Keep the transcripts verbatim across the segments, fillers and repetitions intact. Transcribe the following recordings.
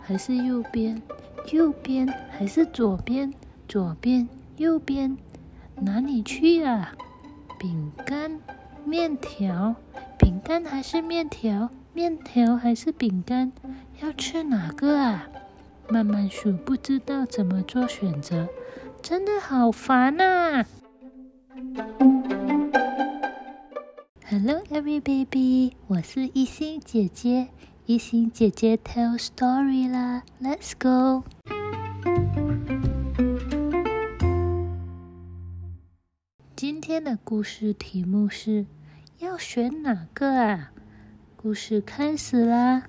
还是右边？右边还是左边？左边、右边，哪里去啊？饼干、面条，饼干还是面条？面条还是饼干？要吃哪个啊？慢慢数，不知道怎么做选择，真的好烦啊！ Hello every baby， 我是一心姐姐，一心姐姐 tell story 啦 ，Let's go。今天的故事题目是要选哪个啊？故事开始啦！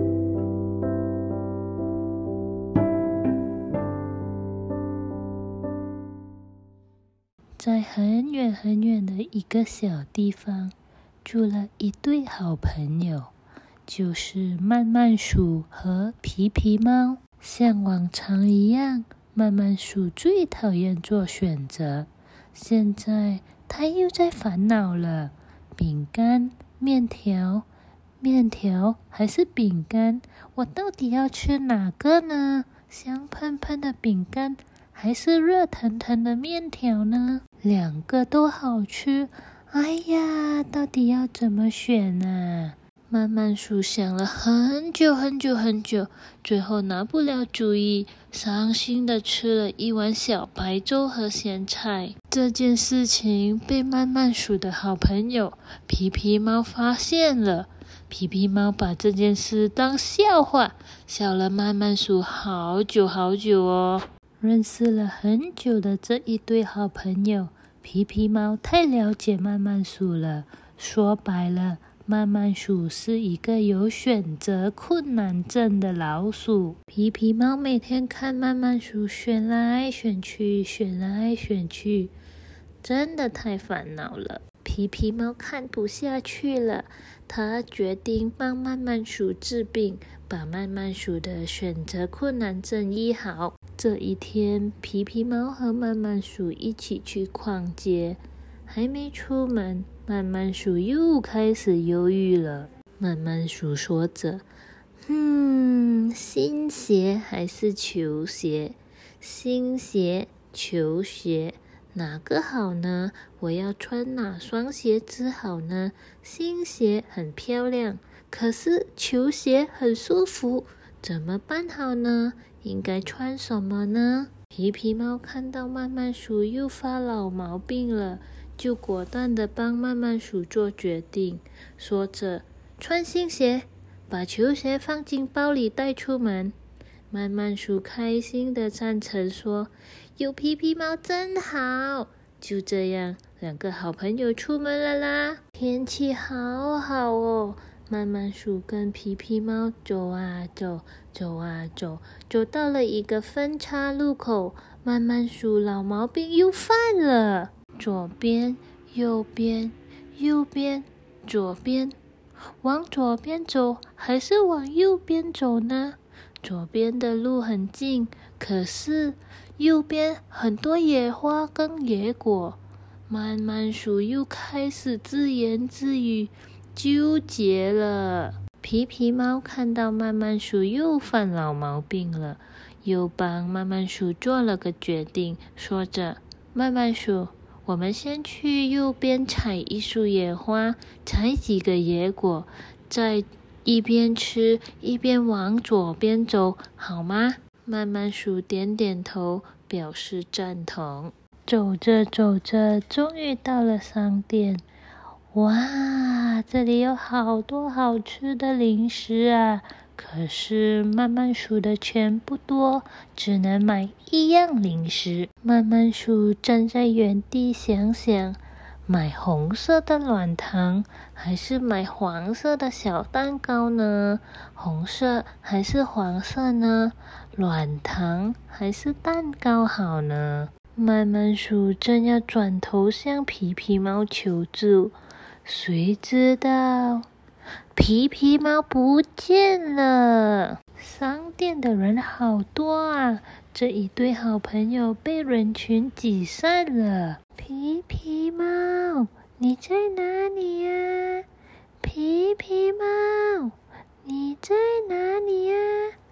在很远很远的一个小地方，住了一对好朋友，就是慢慢鼠和皮皮猫。像往常一样，慢慢鼠最讨厌做选择，现在他又在烦恼了。饼干、面条，面条还是饼干？我到底要吃哪个呢？香喷喷的饼干还是热腾腾的面条呢？两个都好吃，哎呀，到底要怎么选啊？慢慢鼠想了很久很久很久，最后拿不了主意，伤心的吃了一碗小白粥和咸菜。这件事情被慢慢鼠的好朋友皮皮猫发现了，皮皮猫把这件事当笑话，笑了慢慢鼠好久好久哦。认识了很久的这一对好朋友，皮皮猫太了解慢慢鼠了，说白了，慢慢鼠是一个有选择困难症的老鼠。皮皮猫每天看慢慢鼠选来选去，选来选去，真的太烦恼了。皮皮猫看不下去了，他决定帮慢慢鼠治病，把慢慢鼠的选择困难症医好。这一天，皮皮猫和慢慢鼠一起去逛街，还没出门，慢慢鼠又开始犹豫了。慢慢鼠说着：“嗯，新鞋还是球鞋？新鞋、球鞋，哪个好呢？我要穿哪双鞋子好呢？新鞋很漂亮，可是球鞋很舒服，怎么办好呢？应该穿什么呢？”皮皮猫看到慢慢鼠又发老毛病了，就果断地帮慢慢鼠做决定，说着：“穿新鞋，把球鞋放进包里带出门。”慢慢鼠开心地赞成说：“有皮皮猫真好！”就这样，两个好朋友出门了啦。天气好好哦，慢慢鼠跟皮皮猫走啊走，走啊走，走到了一个分岔路口。慢慢鼠老毛病又犯了，左边、右边、右边、左边，往左边走还是往右边走呢？左边的路很近，可是右边很多野花跟野果。慢慢鼠又开始自言自语，纠结了。皮皮猫看到慢慢鼠又犯老毛病了，又帮慢慢鼠做了个决定，说着：“慢慢鼠，我们先去右边采一束野花，采几个野果，再一边吃一边往左边走，好吗？”慢慢鼠点点头，表示赞同。走着走着，终于到了商店。哇，这里有好多好吃的零食啊！可是慢慢鼠的钱不多，只能买一样零食。慢慢鼠站在原地想想，买红色的软糖还是买黄色的小蛋糕呢？红色还是黄色呢？软糖还是蛋糕好呢？慢慢鼠正要转头向皮皮猫求助，谁知道皮皮猫不见了。商店的人好多啊，这一对好朋友被人群挤散了。皮皮猫，你在哪里呀？皮皮猫，你在哪里呀？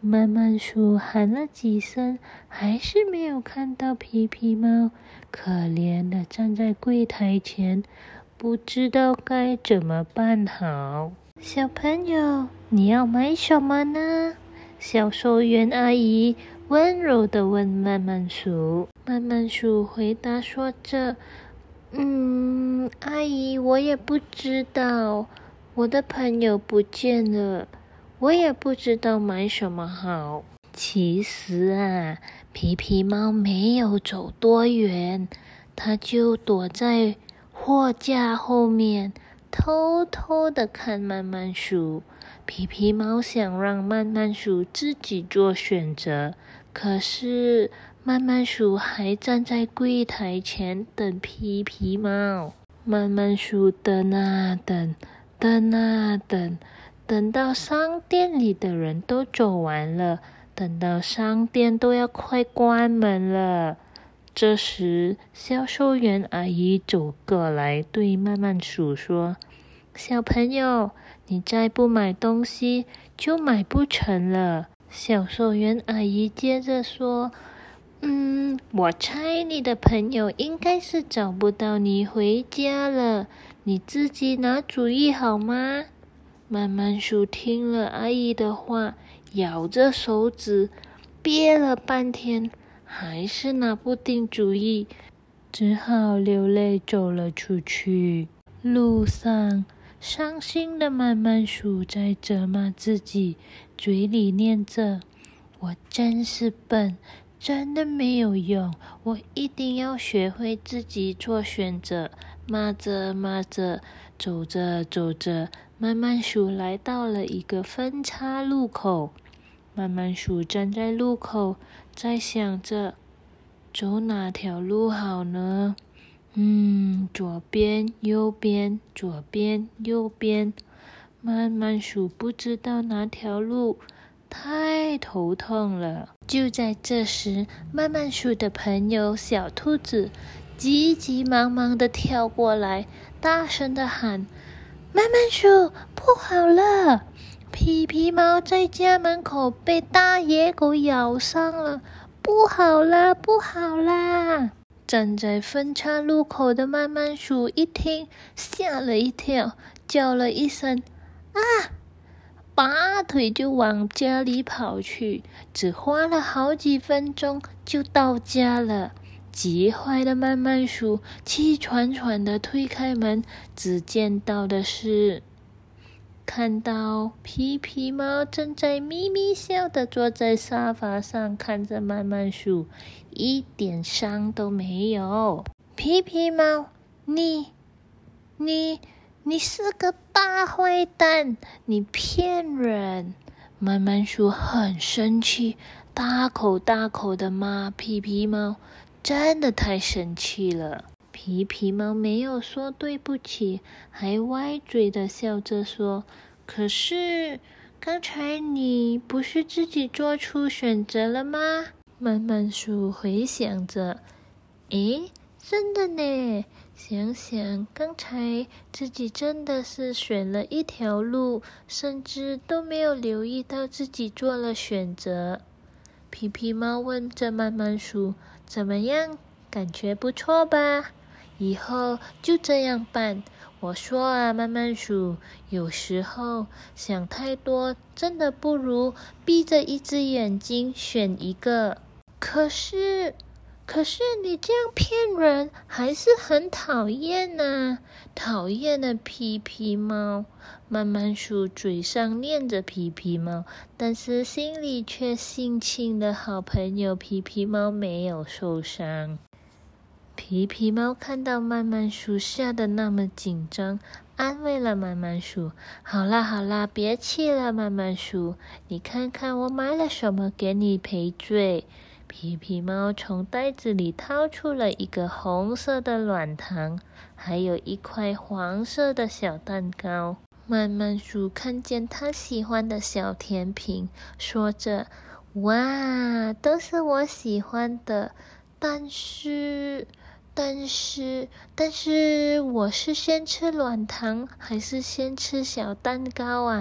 慢慢鼠喊了几声，还是没有看到皮皮猫，可怜的站在柜台前，不知道该怎么办好。小朋友，你要买什么呢？销售员阿姨温柔地问慢慢鼠。慢慢鼠回答说着：嗯，阿姨，我也不知道，我的朋友不见了，我也不知道买什么好。其实啊，皮皮猫没有走多远，它就躲在货架后面，偷偷地看慢慢鼠。皮皮猫想让慢慢鼠自己做选择，可是慢慢鼠还站在柜台前等皮皮猫。慢慢鼠等啊等，等啊等，等到商店里的人都走完了，等到商店都要快关门了。这时，销售员阿姨走过来，对慢慢鼠说：小朋友，你再不买东西，就买不成了。销售员阿姨接着说：嗯，我猜你的朋友应该是找不到你回家了，你自己拿主意好吗？慢慢鼠听了阿姨的话，咬着手指，憋了半天，还是拿不定主意，只好流泪走了出去。路上，伤心的慢慢鼠在责骂自己，嘴里念着：我真是笨，真的没有用，我一定要学会自己做选择。骂着骂着，走着走着，慢慢鼠来到了一个分岔路口。慢慢鼠站在路口，在想着走哪条路好呢？嗯，左边，右边，左边，右边。慢慢鼠不知道哪条路，太头痛了。就在这时，慢慢鼠的朋友小兔子急急忙忙地跳过来，大声地喊：慢慢鼠，不好了！皮皮猫在家门口被大野狗咬伤了，不好啦，不好啦！站在分岔路口的慢慢鼠一听，吓了一跳，叫了一声啊，拔腿就往家里跑去，只花了好几分钟就到家了。急坏的慢慢鼠气喘喘地推开门，只见到的是看到皮皮猫正在咪咪笑地坐在沙发上，看着慢慢鼠，一点伤都没有。皮皮猫，你你你是个大坏蛋，你骗人！慢慢鼠很生气，大口大口地骂皮皮猫，真的太生气了。皮皮猫没有说对不起，还歪嘴的笑着说：可是刚才你不是自己做出选择了吗？慢慢鼠回想着，诶，真的呢，想想刚才自己真的是选了一条路，甚至都没有留意到自己做了选择。皮皮猫问着慢慢鼠，怎么样，感觉不错吧？以后就这样办。我说啊，慢慢鼠，有时候想太多，真的不如闭着一只眼睛选一个。可是，可是你这样骗人，还是很讨厌啊！讨厌的皮皮猫。慢慢鼠嘴上念着皮皮猫，但是心里却庆幸的好朋友皮皮猫没有受伤。皮皮猫看到慢慢鼠吓得那么紧张，安慰了慢慢鼠：好啦好啦，别气了，慢慢鼠，你看看我买了什么给你赔罪。皮皮猫从袋子里掏出了一个红色的软糖，还有一块黄色的小蛋糕。慢慢鼠看见他喜欢的小甜品，说着：哇，都是我喜欢的，但是但是但是我是先吃软糖还是先吃小蛋糕啊？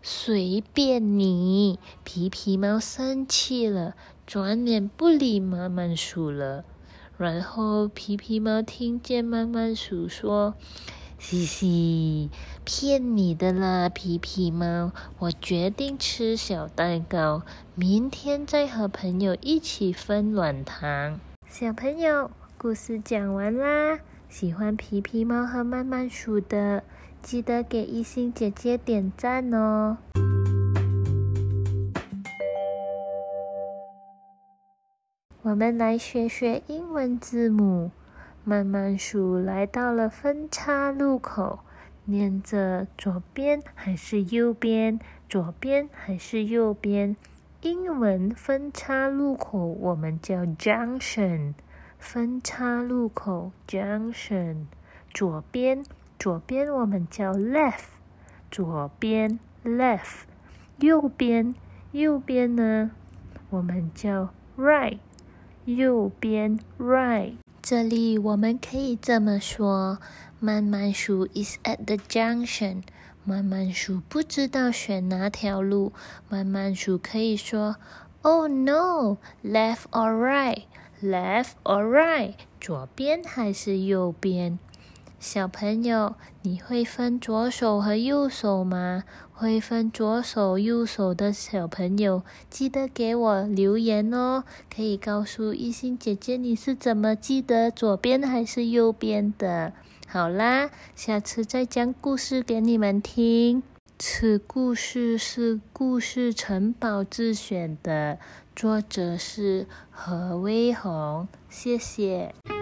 随便你。皮皮猫生气了，转脸不理慢慢鼠了。然后皮皮猫听见慢慢鼠说：嘻嘻，骗你的啦，皮皮猫，我决定吃小蛋糕，明天再和朋友一起分软糖。小朋友，故事讲完啦，喜欢皮皮猫和慢慢鼠的，记得给一心姐姐点赞哦。我们来学学英文字母。慢慢鼠来到了分岔路口，念着左边还是右边，左边还是右边。英文分岔路口我们叫 junction， 分岔路口 junction。左边，左边我们叫 left， 左边 left。右边，右边呢，我们叫 right， 右边 right。这里我们可以这么说，慢慢鼠 is at the junction。慢慢鼠不知道选哪条路，慢慢鼠可以说 Oh no, left or right, left or right， 左边还是右边？小朋友，你会分左手和右手吗？会分左手右手的小朋友，记得给我留言哦，可以告诉一心姐姐你是怎么记得左边还是右边的。好啦，下次再讲故事给你们听。此故事是故事城堡自选的，作者是何威宏，谢谢。